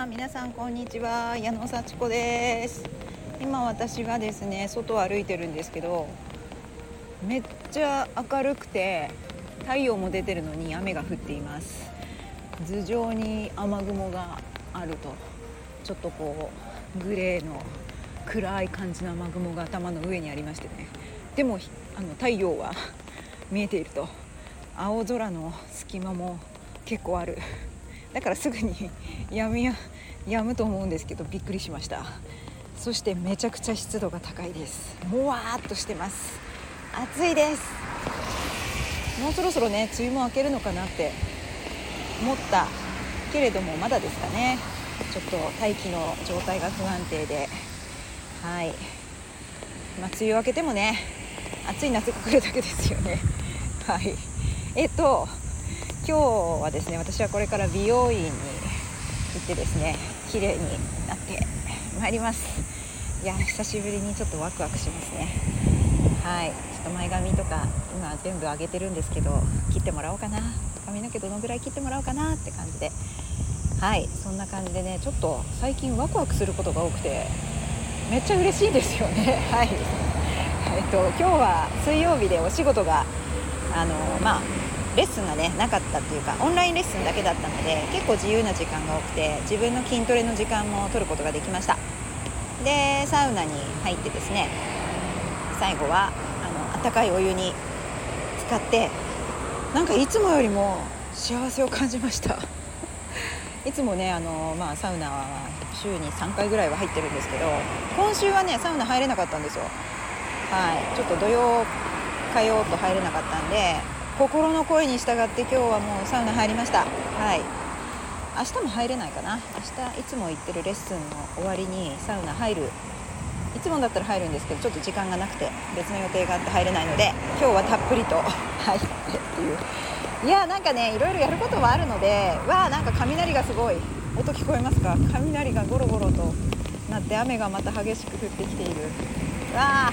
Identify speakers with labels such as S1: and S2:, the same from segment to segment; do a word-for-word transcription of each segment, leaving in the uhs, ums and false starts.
S1: 皆さんこんにちは。矢野幸子です。今私はですね外を歩いてるんですけど、めっちゃ明るくて太陽も出てるのに雨が降っています。頭上に雨雲があると、ちょっとこうグレーの暗い感じの雨雲が頭の上にありましてね、でもあの太陽は見えていると、青空の隙間も結構ある。だからすぐにやみややむと思うんですけど、びっくりしました。そしてめちゃくちゃ湿度が高いです。もわーっとしてます。暑いです。もうそろそろね梅雨も明けるのかなって思ったけれども、まだですかね。ちょっと大気の状態が不安定で、はい、まあ、梅雨明けてもね暑い夏が来るだけですよね。はい、えっと今日はですね、私はこれから美容院に行ってですね、綺麗になってまいります。いや久しぶりにちょっとワクワクしますね。はい、ちょっと前髪とか今全部上げてるんですけど、切ってもらおうかな、髪の毛どのぐらい切ってもらおうかなって感じで、はい、そんな感じでね、ちょっと最近ワクワクすることが多くてめっちゃ嬉しいんですよね。はい、えっと今日は水曜日でお仕事があのまあレッスンがねなかったっていうか、オンラインレッスンだけだったので結構自由な時間が多くて、自分の筋トレの時間も取ることができました。でサウナに入ってですね、最後はあの温かいお湯に浸かって、なんかいつもよりも幸せを感じました。いつもねあの、まあ、サウナは週にさんかいぐらいは入ってるんですけど、今週はねサウナ入れなかったんですよ。はい、ちょっと土曜火曜と入れなかったんで、心の声に従って今日はもうサウナ入りました。はい、明日も入れないかな。明日いつも行ってるレッスンの終わりにサウナ入る、いつもだったら入るんですけど、ちょっと時間がなくて別の予定があって入れないので、今日はたっぷりと入ってっていう。いやなんかねいろいろやることはあるので、わあなんか雷がすごい音聞こえますか。雷がゴロゴロとなって雨がまた激しく降ってきている。わあ、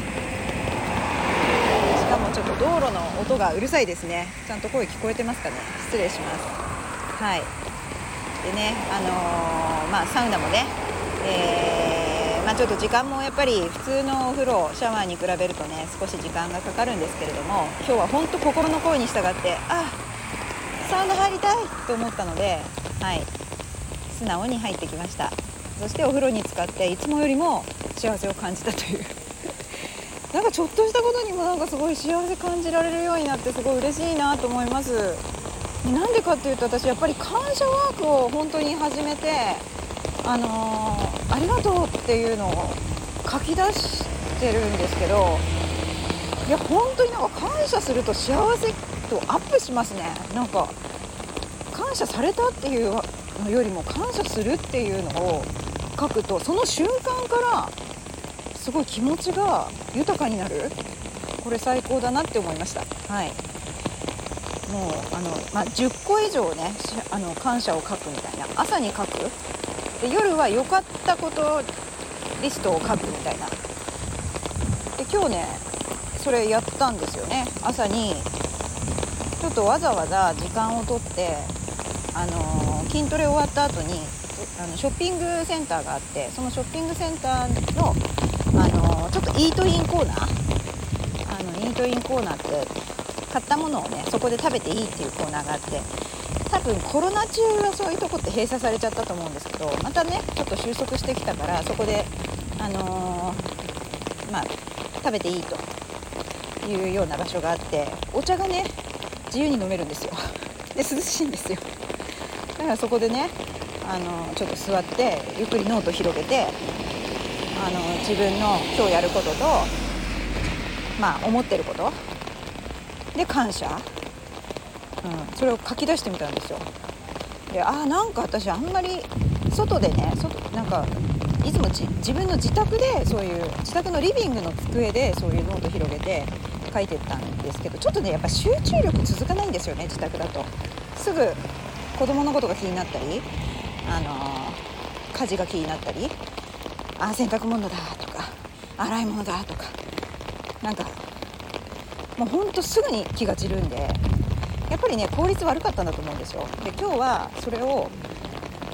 S1: しかもちょっと道路の音がうるさいですね。ちゃんと声聞こえてますかね。失礼します。はい、でねあのー、まあサウナもね、えーまあ、ちょっと時間もやっぱり普通のお風呂シャワーに比べるとね少し時間がかかるんですけれども、今日は本当心の声に従って、あサウナ入りたいと思ったので、はい、素直に入ってきました。そしてお風呂に浸かっていつもよりも幸せを感じたというなんかちょっとしたことにもなんかすごい幸せ感じられるようになって、すごい嬉しいなと思います。なんでかっていうと、私やっぱり感謝ワークを本当に始めて、あのー、ありがとうっていうのを書き出してるんですけど、いや本当になんか感謝すると幸せとアップしますね。なんか感謝されたっていうのよりも感謝するっていうのを書くと、その瞬間からすごい気持ちが豊かになる。これ最高だなって思いました。はい、もうあの、まあ、じゅっこ以上ねあの感謝を書くみたいな、朝に書くで、夜は良かったことリストを書くみたいな。で今日ねそれやったんですよね。朝にちょっとわざわざ時間をとって、あのー、筋トレ終わった後にあのショッピングセンターがあって、そのショッピングセンターの、あのー、ちょっとイートインコーナーあのイートインコーナーって買ったものをねそこで食べていいっていうコーナーがあって、多分コロナ中はそういうとこって閉鎖されちゃったと思うんですけど、またねちょっと収束してきたから、そこであのー、まあ食べていいというような場所があって、お茶がね自由に飲めるんですよ。で涼しいんですよ。だからそこでねあのちょっと座ってゆっくりノート広げて、あの自分の今日やることと、まあ思ってることで感謝、うん、それを書き出してみたんですよ。であなんか私あんまり外でね外なんかいつもじ自分の自宅でそういう自宅のリビングの机でそういうノート広げて書いてったんですけど、ちょっとねやっぱ集中力続かないんですよね。自宅だとすぐ子供のことが気になったり、あのー、家事が気になったり、あ洗濯物だとか洗い物だとか、なんかもうほんとすぐに気が散るんで、やっぱりね効率悪かったんだと思うんですよ。で今日はそれを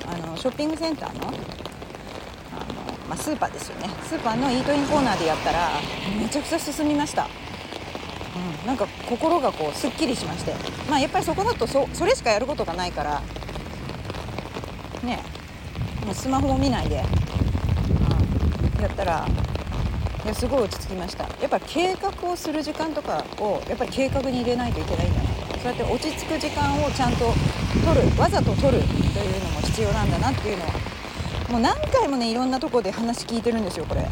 S1: あのショッピングセンターの、あの、まあ、スーパーですよね。スーパーのイートインコーナーでやったらめちゃくちゃ進みました。うん、なんか心がこうすっきりしまして、まあやっぱりそこだと そ, それしかやることがないからね、もうスマホを見ないで、うん、やったらいやすごい落ち着きました。やっぱり計画をする時間とかをやっぱり計画に入れないといけないんだな、そうやって落ち着く時間をちゃんと取る、わざと取るというのも必要なんだなっていうのはもう何回もねいろんなところで話聞いてるんですよこれ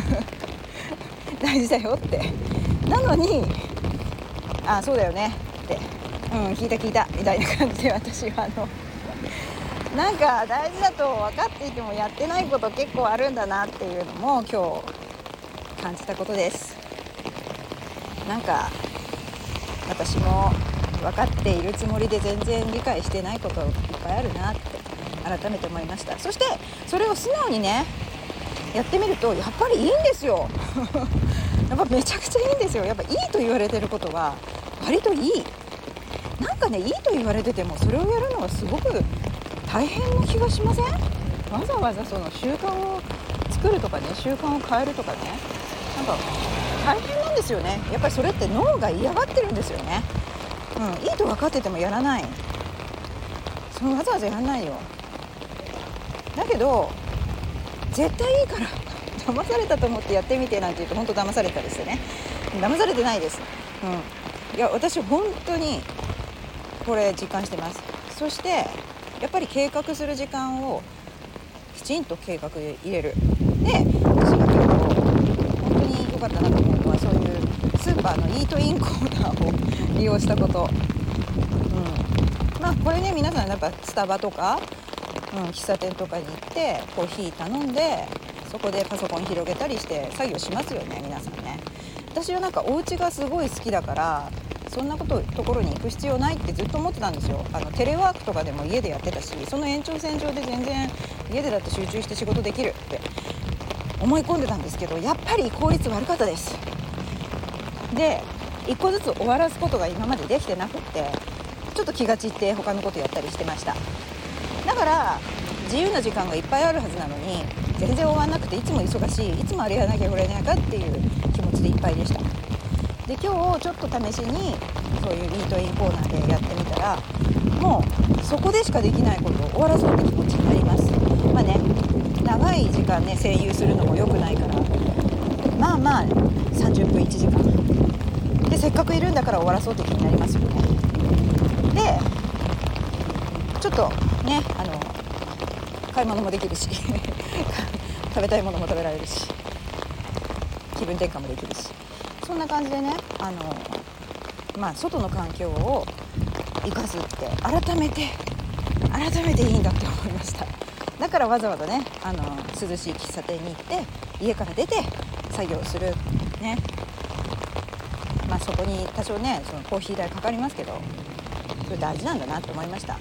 S1: 大事だよって。なのにあそうだよねって、うん聞いた聞いたみたいな感じで、私はあのなんか大事だと分かっていてもやってないこと結構あるんだなっていうのも今日感じたことです。なんか私も分かっているつもりで全然理解してないこといっぱいあるなって改めて思いました。そしてそれを素直にねやってみるとやっぱりいいんですよやっぱめちゃくちゃいいんですよ。やっぱいいと言われてることは割といい。なんかねいいと言われててもそれをやるのがすごく大変な気がしません？わざわざその習慣を作るとかね、習慣を変えるとかね、なんか大変なんですよね。やっぱりそれって脳が嫌がってるんですよね。うん、いいと分かっててもやらない。そのわざわざやらないよ。だけど絶対いいから騙されたと思ってやってみてなんて言うと本当騙されたですよね。騙されてないです。うん、いや私本当にこれ実感してます。そしてやっぱり計画する時間をきちんと計画で入れる。で私が今日本当に良かったなと思うのはそういうスーパーのイートインコーナーを利用したこと、うん、まあこれね皆さんやっぱスタバとか、うん、喫茶店とかに行ってコーヒー頼んでそこでパソコン広げたりして作業しますよね皆さんね。私はなんかお家がすごい好きだからそんなことところに行く必要ないってずっと思ってたんですよ。あのテレワークとかでも家でやってたし、その延長線上で全然家でだって集中して仕事できるって思い込んでたんですけど、やっぱり効率悪かったです。で一個ずつ終わらすことが今までできてなくってちょっと気が散って他のことやったりしてました。だから自由な時間がいっぱいあるはずなのに全然終わんなくていつも忙しい、いつもあれやらなきゃこれやらなきゃっていう気持ちでいっぱいでした。で今日ちょっと試しにそういうイートインコーナーでやってみたらもうそこでしかできないことを終わらそうって気持ちになります。まあね長い時間ね占有するのも良くないからまあまあさんじゅっぷんいちじかんでせっかくいるんだから終わらそうって気になりますよね。でちょっとねあの買い物もできるし食べたいものも食べられるし気分転換もできるし、そんな感じでねあのまあ外の環境を生かすって改めて改めていいんだって思いました。だからわざわざねあの涼しい喫茶店に行って家から出て作業するね。まあそこに多少ねそのコーヒー代かかりますけどそれ大事なんだなって思いました。うん、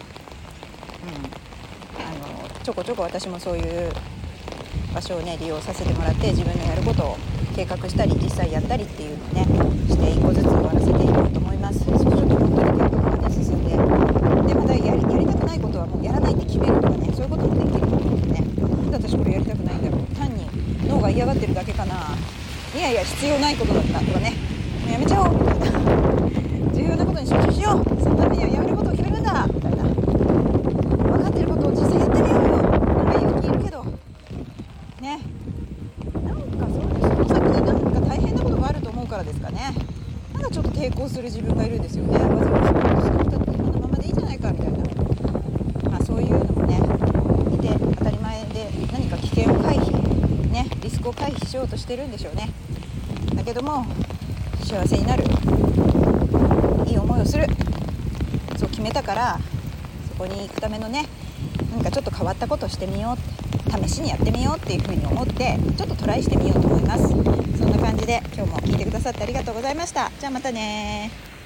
S1: あのちょこちょこ私もそういう場所をね利用させてもらって自分のやることを計画したり実際やったりっていうのをねして一個ずつ終わらせていこうと思います。そうすると本当に計画がね進んで、でまたやり、やりたくないことはもうやらないって決めるとかね、そういうこともできると思うんでね。なんで私これやりたくないんだろう、単に脳が嫌がってるだけかな、いやいや必要ないことだったとかね、もうやめちゃおうみたいな重要なことに集中しよう、そのためにはやめることを決めるんだみたいな、分かってることを実際やってみようよ、なんか勇気いるけどね、なんかそうです、その先でなんか大変なことがあると思うからですかね。なんかちょっと抵抗する自分がいるんですよね。わざわざそんなことしなくたって今のままでいいじゃないかみたいな、まあそういうのもねいて当たり前で、何か危険を回避ね、リスクを回避しようとしてるんでしょうね。だけども幸せになるいい思いをする、そう決めたからそこに行くためのね、なんかちょっと変わったことをしてみようって、試しにやってみようっていう風に思ってちょっとトライしてみようと思います。そんな感じで今日も聞いてくださってありがとうございました。じゃあまたね。